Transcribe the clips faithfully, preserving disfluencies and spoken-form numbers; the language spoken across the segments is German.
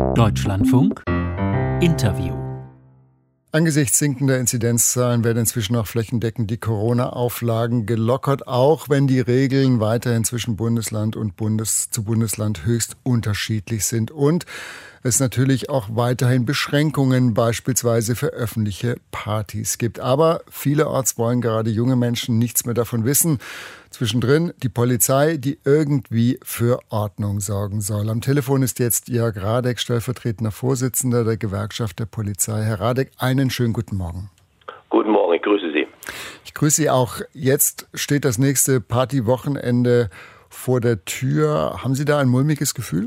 Deutschlandfunk Interview. Angesichts sinkender Inzidenzzahlen werden inzwischen auch flächendeckend die Corona-Auflagen gelockert, auch wenn die Regeln weiterhin zwischen Bundesland und Bundes zu Bundesland höchst unterschiedlich sind und es natürlich auch weiterhin Beschränkungen beispielsweise für öffentliche Partys gibt. Aber vielerorts wollen gerade junge Menschen nichts mehr davon wissen. Zwischendrin die Polizei, die irgendwie für Ordnung sorgen soll. Am Telefon ist jetzt Jörg Radek, stellvertretender Vorsitzender der Gewerkschaft der Polizei. Herr Radek, einen schönen guten Morgen. Guten Morgen, ich grüße Sie. Ich grüße Sie auch. Jetzt steht das nächste Partywochenende vor der Tür. Haben Sie da ein mulmiges Gefühl?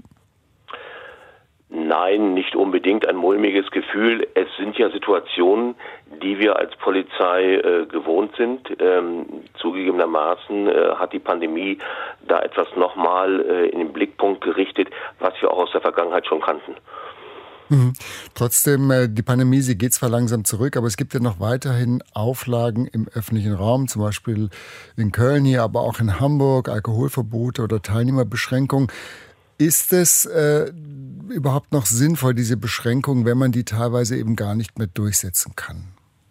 Nein, nicht unbedingt ein mulmiges Gefühl. Es sind ja Situationen, die wir als Polizei äh, gewohnt sind. Ähm, zugegebenermaßen äh, hat die Pandemie da etwas nochmal äh, in den Blickpunkt gerichtet, was wir auch aus der Vergangenheit schon kannten. Mhm. Trotzdem, äh, die Pandemie, sie geht zwar langsam zurück, aber es gibt ja noch weiterhin Auflagen im öffentlichen Raum, zum Beispiel in Köln hier, aber auch in Hamburg, Alkoholverbote oder Teilnehmerbeschränkungen. Ist es äh, überhaupt noch sinnvoll, diese Beschränkungen, wenn man die teilweise eben gar nicht mehr durchsetzen kann?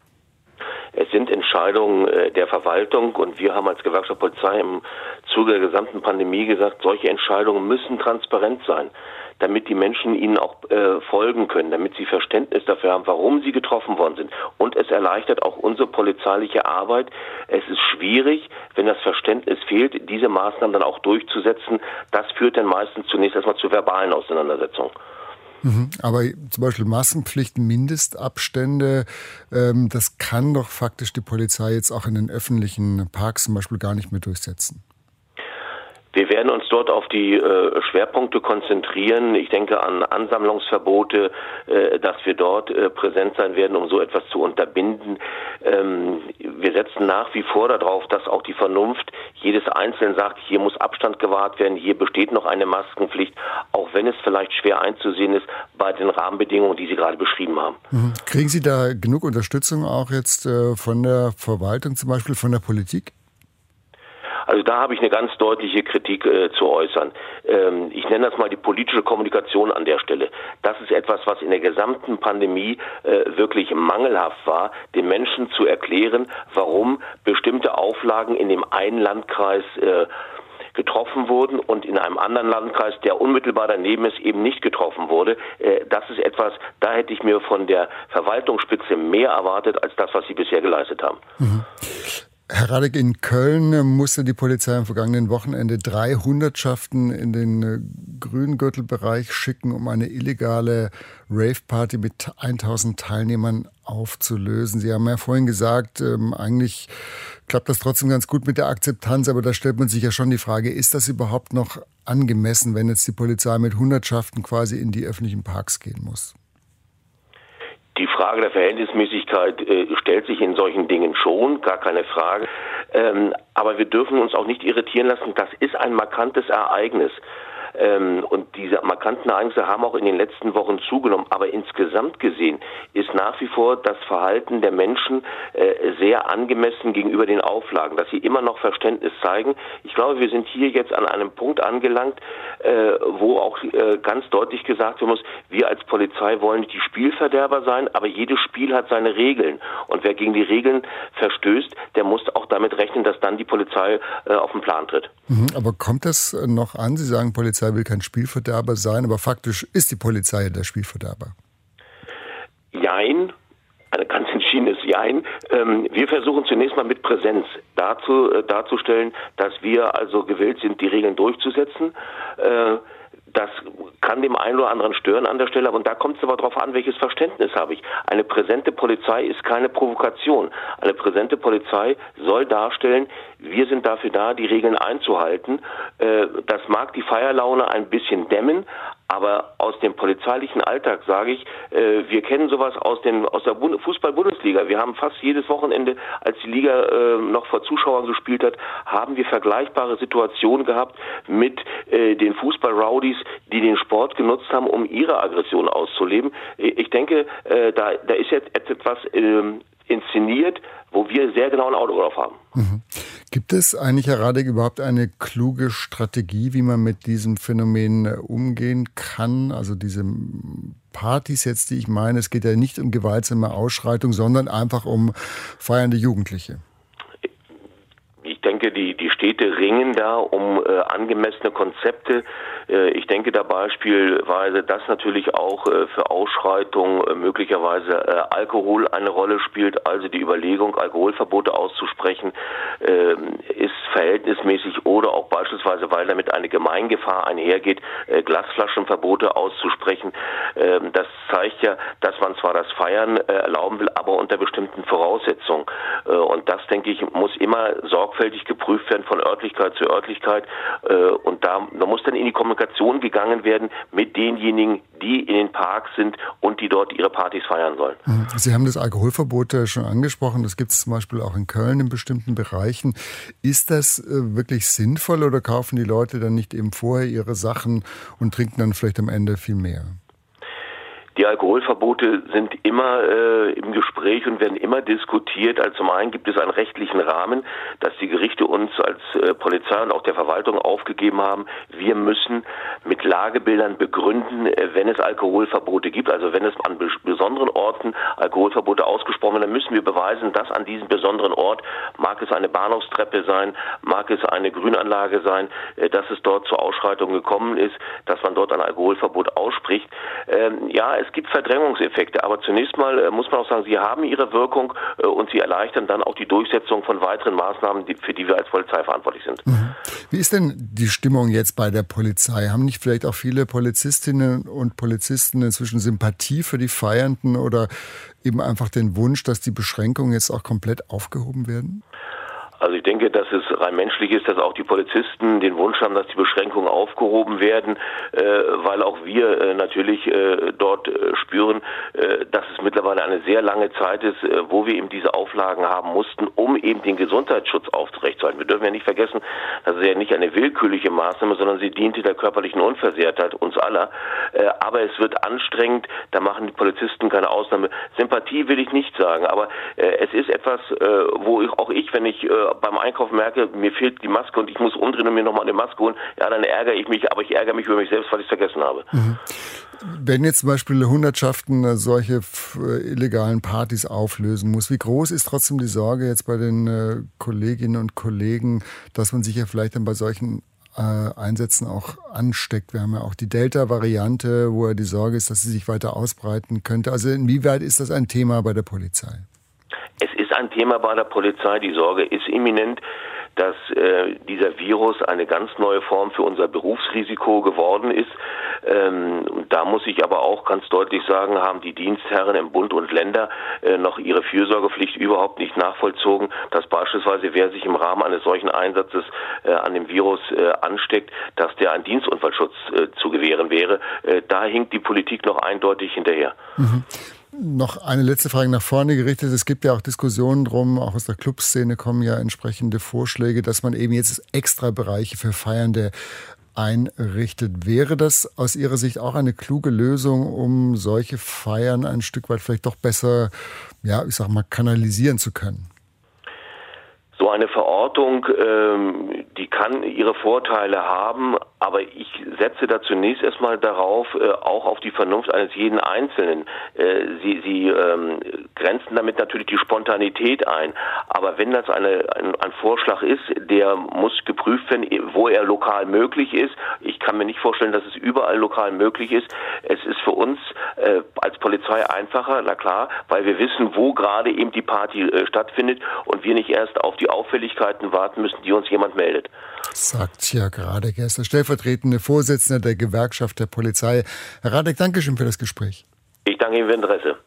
Es sind Entscheidungen äh, der Verwaltung und wir haben als Gewerkschaft Polizei im Zuge der gesamten Pandemie gesagt, solche Entscheidungen müssen transparent sein, damit die Menschen ihnen auch äh, folgen können, damit sie Verständnis dafür haben, warum sie getroffen worden sind. Und es erleichtert auch unsere polizeiliche Arbeit. Es ist schwierig, wenn das Verständnis fehlt, diese Maßnahmen dann auch durchzusetzen. Das führt dann meistens zunächst erstmal zu verbalen Auseinandersetzungen. Mhm, aber zum Beispiel Maskenpflichten, Mindestabstände, ähm, das kann doch faktisch die Polizei jetzt auch in den öffentlichen Parks zum Beispiel gar nicht mehr durchsetzen. Wir werden uns dort auf die äh, Schwerpunkte konzentrieren. Ich denke an Ansammlungsverbote, äh, dass wir dort äh, präsent sein werden, um so etwas zu unterbinden. Ähm, wir setzen nach wie vor darauf, dass auch die Vernunft jedes Einzelnen sagt, hier muss Abstand gewahrt werden, hier besteht noch eine Maskenpflicht, auch wenn es vielleicht schwer einzusehen ist bei den Rahmenbedingungen, die Sie gerade beschrieben haben. Mhm. Kriegen Sie da genug Unterstützung auch jetzt äh, von der Verwaltung, zum Beispiel von der Politik? Also da habe ich eine ganz deutliche Kritik äh, zu äußern. Ähm, ich nenne das mal die politische Kommunikation an der Stelle. Das ist etwas, was in der gesamten Pandemie äh, wirklich mangelhaft war, den Menschen zu erklären, warum bestimmte Auflagen in dem einen Landkreis äh, getroffen wurden und in einem anderen Landkreis, der unmittelbar daneben ist, eben nicht getroffen wurde. Äh, das ist etwas, da hätte ich mir von der Verwaltungsspitze mehr erwartet, als das, was sie bisher geleistet haben. Mhm. Herr Radek, in Köln musste die Polizei am vergangenen Wochenende drei Hundertschaften in den Grüngürtelbereich schicken, um eine illegale Rave-Party mit tausend Teilnehmern aufzulösen. Sie haben ja vorhin gesagt, ähm, eigentlich klappt das trotzdem ganz gut mit der Akzeptanz, aber da stellt man sich ja schon die Frage, ist das überhaupt noch angemessen, wenn jetzt die Polizei mit Hundertschaften quasi in die öffentlichen Parks gehen muss? Die Frage der Verhältnismäßigkeit äh, stellt sich in solchen Dingen schon, gar keine Frage. Ähm, aber wir dürfen uns auch nicht irritieren lassen. Das ist ein markantes Ereignis. Ähm, und diese markanten Ereignisse haben auch in den letzten Wochen zugenommen. Aber insgesamt gesehen ist nach wie vor das Verhalten der Menschen äh, sehr angemessen gegenüber den Auflagen, dass sie immer noch Verständnis zeigen. Ich glaube, wir sind hier jetzt an einem Punkt angelangt, äh, wo auch äh, ganz deutlich gesagt werden muss, wir als Polizei wollen nicht die Spielverderber sein, aber jedes Spiel hat seine Regeln. Und wer gegen die Regeln verstößt, der muss auch damit rechnen, dass dann die Polizei äh, auf den Plan tritt. Mhm, aber kommt das noch an? Sie sagen, Polizei will kein Spielverderber sein, aber faktisch ist die Polizei der Spielverderber. Jein, ein ganz entschiedenes Jein. Ähm, wir versuchen zunächst mal mit Präsenz dazu, äh, darzustellen, dass wir also gewillt sind, die Regeln durchzusetzen. Äh, Das kann dem einen oder anderen stören an der Stelle, und da kommt es aber darauf an, welches Verständnis habe ich. Eine präsente Polizei ist keine Provokation. Eine präsente Polizei soll darstellen, wir sind dafür da, die Regeln einzuhalten. Das mag die Feierlaune ein bisschen dämmen, aber aus dem polizeilichen Alltag sage ich, äh, wir kennen sowas aus, den, aus der Bund- Fußball-Bundesliga. Wir haben fast jedes Wochenende, als die Liga äh, noch vor Zuschauern gespielt hat, haben wir vergleichbare Situationen gehabt mit äh, den Fußball-Rowdies, die den Sport genutzt haben, um ihre Aggression auszuleben. Ich denke, äh, da, da ist jetzt etwas äh, inszeniert, wo wir sehr genau ein Auge drauf haben. Mhm. Gibt es eigentlich, Herr Radek, überhaupt eine kluge Strategie, wie man mit diesem Phänomen umgehen kann? Also diese Partys jetzt, die ich meine, es geht ja nicht um gewaltsame Ausschreitung, sondern einfach um feiernde Jugendliche. Ich denke, die, die Städte ringen da um äh, angemessene Konzepte. Äh, ich denke da beispielsweise, dass natürlich auch äh, für Ausschreitungen äh, möglicherweise äh, Alkohol eine Rolle spielt. Also die Überlegung, Alkoholverbote auszusprechen, äh, ist verhältnismäßig, oder auch beispielsweise, weil damit eine Gemeingefahr einhergeht, äh, Glasflaschenverbote auszusprechen. Äh, das zeigt ja, dass man zwar das Feiern äh, erlauben will, aber unter bestimmten Voraussetzungen. Äh, und das, denke ich, muss immer sorgfältig geprüft werden von Örtlichkeit zu Örtlichkeit, äh, und da, da muss dann in die Kommunikation gegangen werden mit denjenigen, die in den Parks sind und die dort ihre Partys feiern sollen. Sie haben das Alkoholverbot schon angesprochen, das gibt es zum Beispiel auch in Köln in bestimmten Bereichen. Ist das äh, wirklich sinnvoll, oder kaufen die Leute dann nicht eben vorher ihre Sachen und trinken dann vielleicht am Ende viel mehr? Die Alkoholverbote sind immer äh, im Gespräch und werden immer diskutiert. Also zum einen gibt es einen rechtlichen Rahmen, dass die Gerichte uns als äh, Polizei und auch der Verwaltung aufgegeben haben. Wir müssen mit Lagebildern begründen, äh, wenn es Alkoholverbote gibt. Also wenn es an bes- besonderen Orten Alkoholverbote ausgesprochen werden, dann müssen wir beweisen, dass an diesem besonderen Ort, mag es eine Bahnhofstreppe sein, mag es eine Grünanlage sein, äh, dass es dort zur Ausschreitung gekommen ist, dass man dort ein Alkoholverbot ausspricht. Ähm, ja, es gibt Verdrängungseffekte, aber zunächst mal äh, muss man auch sagen, sie haben ihre Wirkung äh, und sie erleichtern dann auch die Durchsetzung von weiteren Maßnahmen, die, für die wir als Polizei verantwortlich sind. Mhm. Wie ist denn die Stimmung jetzt bei der Polizei? Haben nicht vielleicht auch viele Polizistinnen und Polizisten inzwischen Sympathie für die Feiernden oder eben einfach den Wunsch, dass die Beschränkungen jetzt auch komplett aufgehoben werden? Also ich denke, dass es rein menschlich ist, dass auch die Polizisten den Wunsch haben, dass die Beschränkungen aufgehoben werden, äh, weil auch wir äh, natürlich äh, dort äh, spüren, äh, dass es mittlerweile eine sehr lange Zeit ist, äh, wo wir eben diese Auflagen haben mussten, um eben den Gesundheitsschutz aufrechtzuerhalten. Wir dürfen ja nicht vergessen, das ist ja nicht eine willkürliche Maßnahme, sondern sie diente der körperlichen Unversehrtheit uns aller. Äh, aber es wird anstrengend, da machen die Polizisten keine Ausnahme. Sympathie will ich nicht sagen, aber äh, es ist etwas, äh, wo ich, auch ich, wenn ich äh, beim Einkaufen merke, mir fehlt die Maske und ich muss umdrehen und mir nochmal eine Maske holen, ja, dann ärgere ich mich, aber ich ärgere mich über mich selbst, weil ich es vergessen habe. Mhm. Wenn jetzt zum Beispiel Hundertschaften solche illegalen Partys auflösen muss, wie groß ist trotzdem die Sorge jetzt bei den äh, Kolleginnen und Kollegen, dass man sich ja vielleicht dann bei solchen äh, Einsätzen auch ansteckt? Wir haben ja auch die Delta-Variante, wo ja die Sorge ist, dass sie sich weiter ausbreiten könnte. Also inwieweit ist das ein Thema bei der Polizei? Es ist ein Thema bei der Polizei. Die Sorge ist imminent, dass äh, dieser Virus eine ganz neue Form für unser Berufsrisiko geworden ist. Ähm, da muss ich aber auch ganz deutlich sagen, haben die Dienstherren im Bund und Länder äh, noch ihre Fürsorgepflicht überhaupt nicht nachvollzogen, dass beispielsweise wer sich im Rahmen eines solchen Einsatzes äh, an dem Virus äh, ansteckt, dass der ein Dienstunfallschutz äh, zu gewähren wäre. Äh, da hinkt die Politik noch eindeutig hinterher. Mhm. Noch eine letzte Frage nach vorne gerichtet. Es gibt ja auch Diskussionen drum, auch aus der Clubszene kommen ja entsprechende Vorschläge, dass man eben jetzt extra Bereiche für Feiernde einrichtet. Wäre das aus Ihrer Sicht auch eine kluge Lösung, um solche Feiern ein Stück weit vielleicht doch besser, ja, ich sag mal, kanalisieren zu können? So eine Verortung, ähm, die kann ihre Vorteile haben, aber ich setze da zunächst erstmal darauf, äh, auch auf die Vernunft eines jeden Einzelnen. Äh, sie sie ähm, grenzen damit natürlich die Spontanität ein, aber wenn das eine, ein, ein Vorschlag ist, der muss geprüft werden, wo er lokal möglich ist. Ich kann mir nicht vorstellen, dass es überall lokal möglich ist. Es ist für uns äh, als Polizei einfacher, na klar, weil wir wissen, wo gerade eben die Party äh, stattfindet und wir nicht erst auf die Auffälligkeiten warten müssen, die uns jemand meldet. Sagt Jörg Radek, er ist der stellvertretende Vorsitzende der Gewerkschaft der Polizei. Herr Radek, danke schön für das Gespräch. Ich danke Ihnen für Ihr Interesse.